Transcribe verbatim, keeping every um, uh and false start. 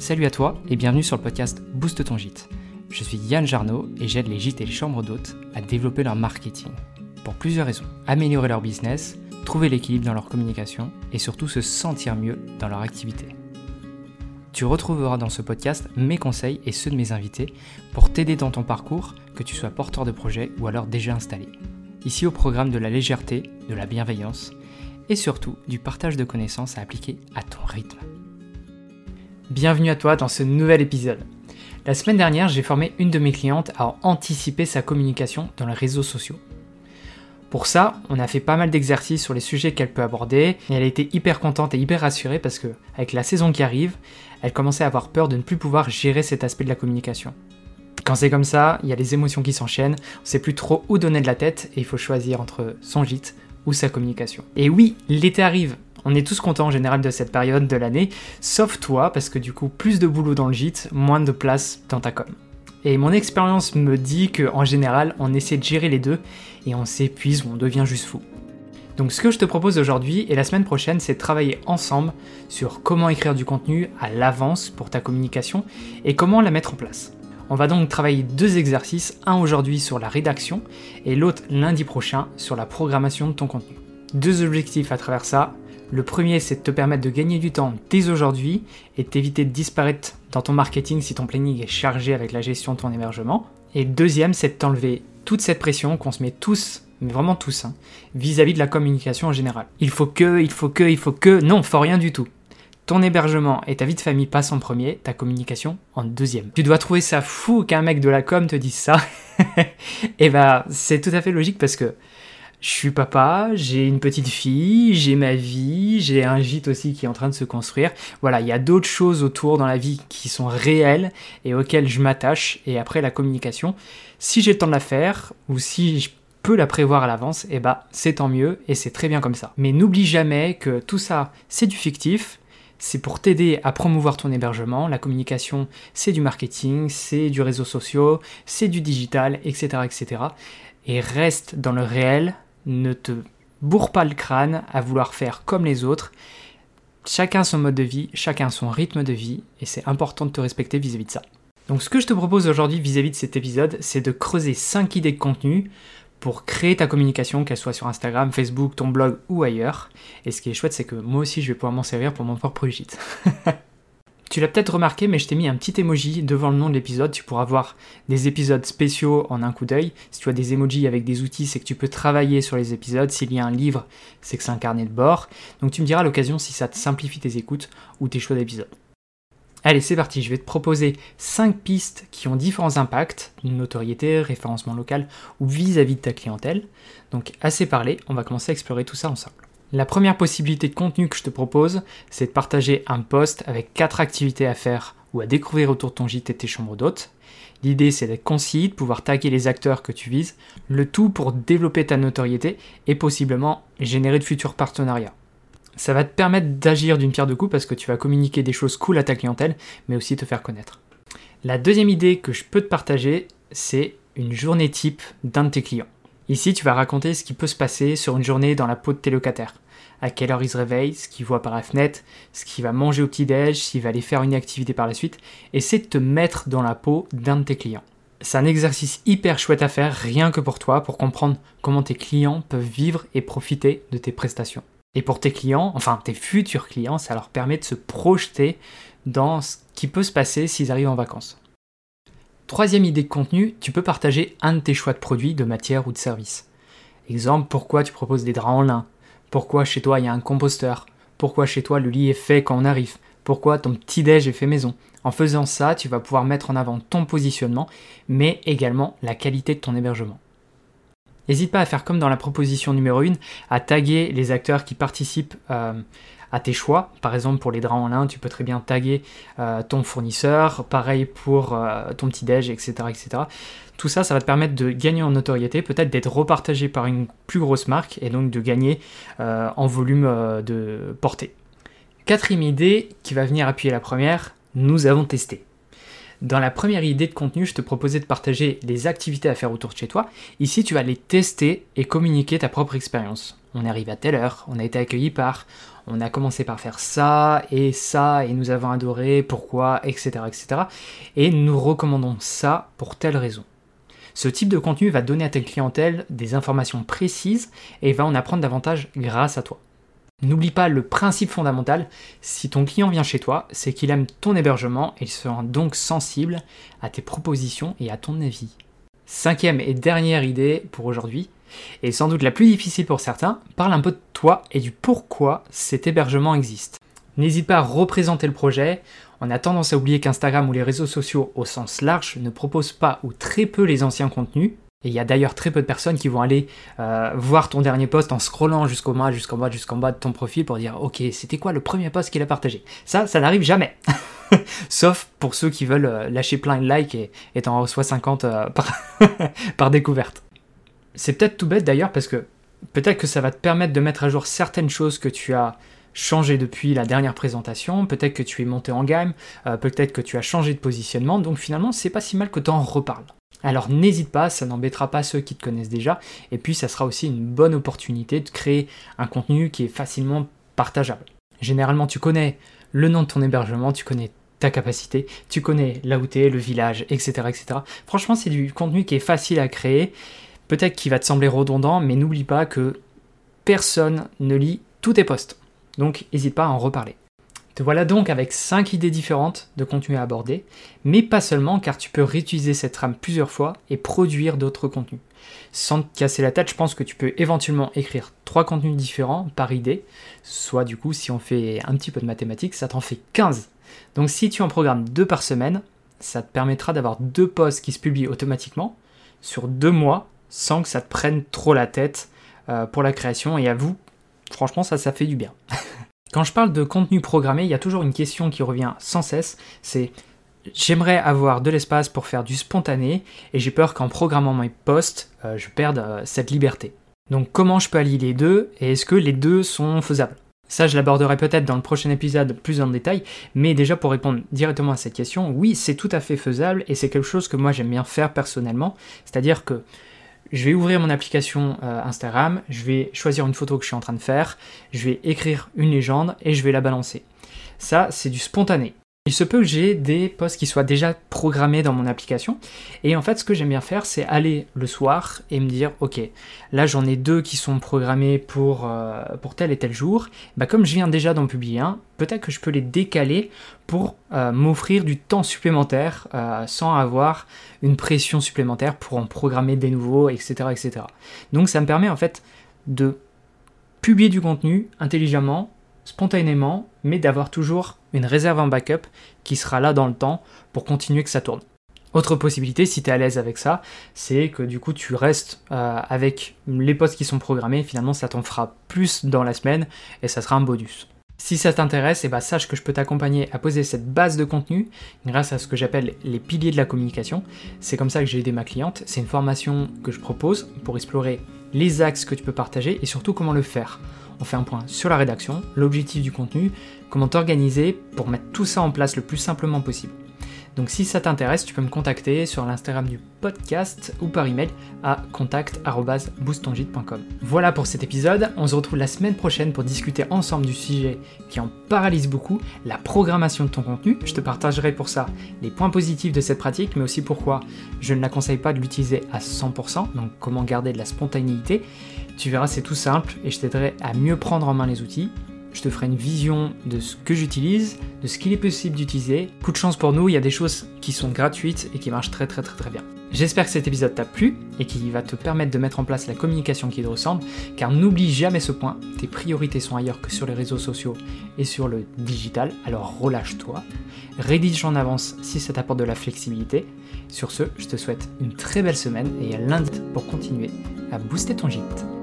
Salut à toi et bienvenue sur le podcast Booste ton gîte. Je suis Yann Jarno et j'aide les gîtes et les chambres d'hôtes à développer leur marketing. Pour plusieurs raisons. Améliorer leur business, trouver l'équilibre dans leur communication et surtout se sentir mieux dans leur activité. Tu retrouveras dans ce podcast mes conseils et ceux de mes invités pour t'aider dans ton parcours, que tu sois porteur de projet ou alors déjà installé. Ici au programme de la légèreté, de la bienveillance et surtout du partage de connaissances à appliquer à ton rythme. Bienvenue à toi dans ce nouvel épisode. La semaine dernière, j'ai formé une de mes clientes à anticiper sa communication dans les réseaux sociaux. Pour ça, on a fait pas mal d'exercices sur les sujets qu'elle peut aborder et elle était hyper contente et hyper rassurée parce que, avec la saison qui arrive, elle commençait à avoir peur de ne plus pouvoir gérer cet aspect de la communication. Quand c'est comme ça, il y a les émotions qui s'enchaînent, on ne sait plus trop où donner de la tête et il faut choisir entre son gîte ou sa communication. Et oui, l'été arrive. On est tous contents en général de cette période de l'année, sauf toi, parce que du coup, plus de boulot dans le gîte, moins de place dans ta com. Et mon expérience me dit qu'en général, on essaie de gérer les deux, et on s'épuise ou on devient juste fou. Donc ce que je te propose aujourd'hui et la semaine prochaine, c'est de travailler ensemble sur comment écrire du contenu à l'avance pour ta communication, et comment la mettre en place. On va donc travailler deux exercices, un aujourd'hui sur la rédaction, et l'autre lundi prochain sur la programmation de ton contenu. Deux objectifs à travers ça. Le premier, c'est de te permettre de gagner du temps dès aujourd'hui et de t'éviter de disparaître dans ton marketing si ton planning est chargé avec la gestion de ton hébergement. Et le deuxième, c'est de t'enlever toute cette pression qu'on se met tous, mais vraiment tous, hein, vis-à-vis de la communication en général. Il faut que, il faut que, il faut que... Non, faut rien du tout. Ton hébergement et ta vie de famille passent en premier, ta communication en deuxième. Tu dois trouver ça fou qu'un mec de la com te dise ça. Et bah, c'est tout à fait logique parce que je suis papa, j'ai une petite fille, j'ai ma vie, j'ai un gîte aussi qui est en train de se construire. Voilà, il y a d'autres choses autour dans la vie qui sont réelles et auxquelles je m'attache. Et après, la communication, si j'ai le temps de la faire ou si je peux la prévoir à l'avance, eh bah, c'est tant mieux et c'est très bien comme ça. Mais n'oublie jamais que tout ça, c'est du fictif. C'est pour t'aider à promouvoir ton hébergement. La communication, c'est du marketing, c'est du réseau social, c'est du digital, et cetera, et cetera. Et reste dans le réel. Ne te bourre pas le crâne à vouloir faire comme les autres. Chacun son mode de vie, chacun son rythme de vie, et c'est important de te respecter vis-à-vis de ça. Donc ce que je te propose aujourd'hui vis-à-vis de cet épisode, c'est de creuser cinq idées de contenu pour créer ta communication, qu'elle soit sur Instagram, Facebook, ton blog ou ailleurs. Et ce qui est chouette, c'est que moi aussi je vais pouvoir m'en servir pour mon propre gîte. Tu l'as peut-être remarqué, mais je t'ai mis un petit emoji devant le nom de l'épisode. Tu pourras voir des épisodes spéciaux en un coup d'œil. Si tu as des emojis avec des outils, c'est que tu peux travailler sur les épisodes. S'il y a un livre, c'est que c'est un carnet de bord. Donc tu me diras à l'occasion si ça te simplifie tes écoutes ou tes choix d'épisodes. Allez, c'est parti. Je vais te proposer cinq pistes qui ont différents impacts, notoriété, référencement local ou vis-à-vis de ta clientèle. Donc assez parlé, on va commencer à explorer tout ça ensemble. La première possibilité de contenu que je te propose, c'est de partager un post avec quatre activités à faire ou à découvrir autour de ton gîte et tes chambres d'hôtes. L'idée, c'est d'être concis, de pouvoir taguer les acteurs que tu vises, le tout pour développer ta notoriété et possiblement générer de futurs partenariats. Ça va te permettre d'agir d'une pierre deux coups parce que tu vas communiquer des choses cool à ta clientèle, mais aussi te faire connaître. La deuxième idée que je peux te partager, c'est une journée type d'un de tes clients. Ici, tu vas raconter ce qui peut se passer sur une journée dans la peau de tes locataires. À quelle heure il se réveille, ce qu'il voit par la fenêtre, ce qu'il va manger au petit-déj, s'il va aller faire une activité par la suite. Essaie de te mettre dans la peau d'un de tes clients. C'est un exercice hyper chouette à faire, rien que pour toi, pour comprendre comment tes clients peuvent vivre et profiter de tes prestations. Et pour tes clients, enfin tes futurs clients, ça leur permet de se projeter dans ce qui peut se passer s'ils arrivent en vacances. Troisième idée de contenu, tu peux partager un de tes choix de produits, de matière ou de service. Exemple, pourquoi tu proposes des draps en lin? Pourquoi chez toi il y a un composteur? Pourquoi chez toi le lit est fait quand on arrive? Pourquoi ton petit-déj est fait maison? En faisant ça, tu vas pouvoir mettre en avant ton positionnement, mais également la qualité de ton hébergement. N'hésite pas à faire comme dans la proposition numéro un, à taguer les acteurs qui participent euh, à tes choix. Par exemple, pour les draps en lin, tu peux très bien taguer euh, ton fournisseur, pareil pour euh, ton petit-déj, et cetera, et cetera. Tout ça, ça va te permettre de gagner en notoriété, peut-être d'être repartagé par une plus grosse marque et donc de gagner euh, en volume euh, de portée. Quatrième idée qui va venir appuyer la première, nous avons testé. Dans la première idée de contenu, je te proposais de partager les activités à faire autour de chez toi. Ici, tu vas les tester et communiquer ta propre expérience. On arrive à telle heure, on a été accueilli par, on a commencé par faire ça et ça, et nous avons adoré, pourquoi, et cetera, et cetera. Et nous recommandons ça pour telle raison. Ce type de contenu va donner à ta clientèle des informations précises et va en apprendre davantage grâce à toi. N'oublie pas le principe fondamental, si ton client vient chez toi, c'est qu'il aime ton hébergement et il sera donc sensible à tes propositions et à ton avis. Cinquième et dernière idée pour aujourd'hui, et sans doute la plus difficile pour certains, parle un peu de toi et du pourquoi cet hébergement existe. N'hésite pas à représenter le projet. On a tendance à oublier qu'Instagram ou les réseaux sociaux au sens large ne proposent pas ou très peu les anciens contenus. Et il y a d'ailleurs très peu de personnes qui vont aller euh, voir ton dernier post en scrollant jusqu'au bas, jusqu'en bas, jusqu'en bas de ton profil pour dire « Ok, c'était quoi le premier post qu'il a partagé ?» Ça, ça n'arrive jamais. Sauf pour ceux qui veulent euh, lâcher plein de likes et, et t'en reçois cinquante euh, par, par découverte. C'est peut-être tout bête d'ailleurs parce que peut-être que ça va te permettre de mettre à jour certaines choses que tu as changé depuis la dernière présentation, peut-être que tu es monté en gamme, euh, peut-être que tu as changé de positionnement, donc finalement c'est pas si mal que tu en reparles. Alors n'hésite pas, ça n'embêtera pas ceux qui te connaissent déjà, et puis ça sera aussi une bonne opportunité de créer un contenu qui est facilement partageable. Généralement tu connais le nom de ton hébergement, tu connais ta capacité, tu connais là où tu es, le village, et cetera, et cetera. Franchement c'est du contenu qui est facile à créer, peut-être qu'il va te sembler redondant, mais n'oublie pas que personne ne lit tous tes posts. Donc n'hésite pas à en reparler. Te voilà donc avec cinq idées différentes de contenu à aborder, mais pas seulement car tu peux réutiliser cette trame plusieurs fois et produire d'autres contenus. Sans te casser la tête, je pense que tu peux éventuellement écrire trois contenus différents par idée, soit du coup si on fait un petit peu de mathématiques, ça t'en fait quinze. Donc si tu en programmes deux par semaine, ça te permettra d'avoir deux posts qui se publient automatiquement sur deux mois sans que ça te prenne trop la tête euh, pour la création, et avoue, franchement ça, ça fait du bien. Quand je parle de contenu programmé, il y a toujours une question qui revient sans cesse, c'est j'aimerais avoir de l'espace pour faire du spontané et j'ai peur qu'en programmant mes posts, euh, je perde euh, cette liberté. Donc comment je peux allier les deux et est-ce que les deux sont faisables ? Ça, je l'aborderai peut-être dans le prochain épisode plus en détail, mais déjà pour répondre directement à cette question, oui, c'est tout à fait faisable et c'est quelque chose que moi j'aime bien faire personnellement, c'est-à-dire que je vais ouvrir mon application euh, Instagram, je vais choisir une photo que je suis en train de faire, je vais écrire une légende et je vais la balancer. Ça, c'est du spontané. Il se peut que j'ai des posts qui soient déjà programmés dans mon application. Et en fait, ce que j'aime bien faire, c'est aller le soir et me dire, ok, là j'en ai deux qui sont programmés pour, euh, pour tel et tel jour. Bah, comme je viens déjà d'en publier un, peut-être que je peux les décaler pour euh, m'offrir du temps supplémentaire euh, sans avoir une pression supplémentaire pour en programmer des nouveaux, et cetera, et cetera. Donc ça me permet en fait de publier du contenu intelligemment, spontanément, mais d'avoir toujours une réserve en backup qui sera là dans le temps pour continuer que ça tourne. Autre possibilité, si tu es à l'aise avec ça, c'est que du coup tu restes euh, avec les posts qui sont programmés, finalement ça t'en fera plus dans la semaine et ça sera un bonus. Si ça t'intéresse, eh ben, sache que je peux t'accompagner à poser cette base de contenu grâce à ce que j'appelle les piliers de la communication. C'est comme ça que j'ai aidé ma cliente. C'est une formation que je propose pour explorer les axes que tu peux partager et surtout comment le faire. On fait un point sur la rédaction, l'objectif du contenu, comment t'organiser pour mettre tout ça en place le plus simplement possible. Donc si ça t'intéresse, tu peux me contacter sur l'Instagram du podcast ou par email à contact arobase boost ton gîte point com. Voilà pour cet épisode, on se retrouve la semaine prochaine pour discuter ensemble du sujet qui en paralyse beaucoup, la programmation de ton contenu. Je te partagerai pour ça les points positifs de cette pratique, mais aussi pourquoi je ne la conseille pas de l'utiliser à cent pour cent, donc comment garder de la spontanéité. Tu verras, c'est tout simple et je t'aiderai à mieux prendre en main les outils. Je te ferai une vision de ce que j'utilise, de ce qu'il est possible d'utiliser. Coup de chance pour nous, il y a des choses qui sont gratuites et qui marchent très très très très bien. J'espère que cet épisode t'a plu et qu'il va te permettre de mettre en place la communication qui te ressemble, car n'oublie jamais ce point, tes priorités sont ailleurs que sur les réseaux sociaux et sur le digital, alors relâche-toi. Rédige en avance si ça t'apporte de la flexibilité. Sur ce, je te souhaite une très belle semaine et à lundi pour continuer à booster ton gîte.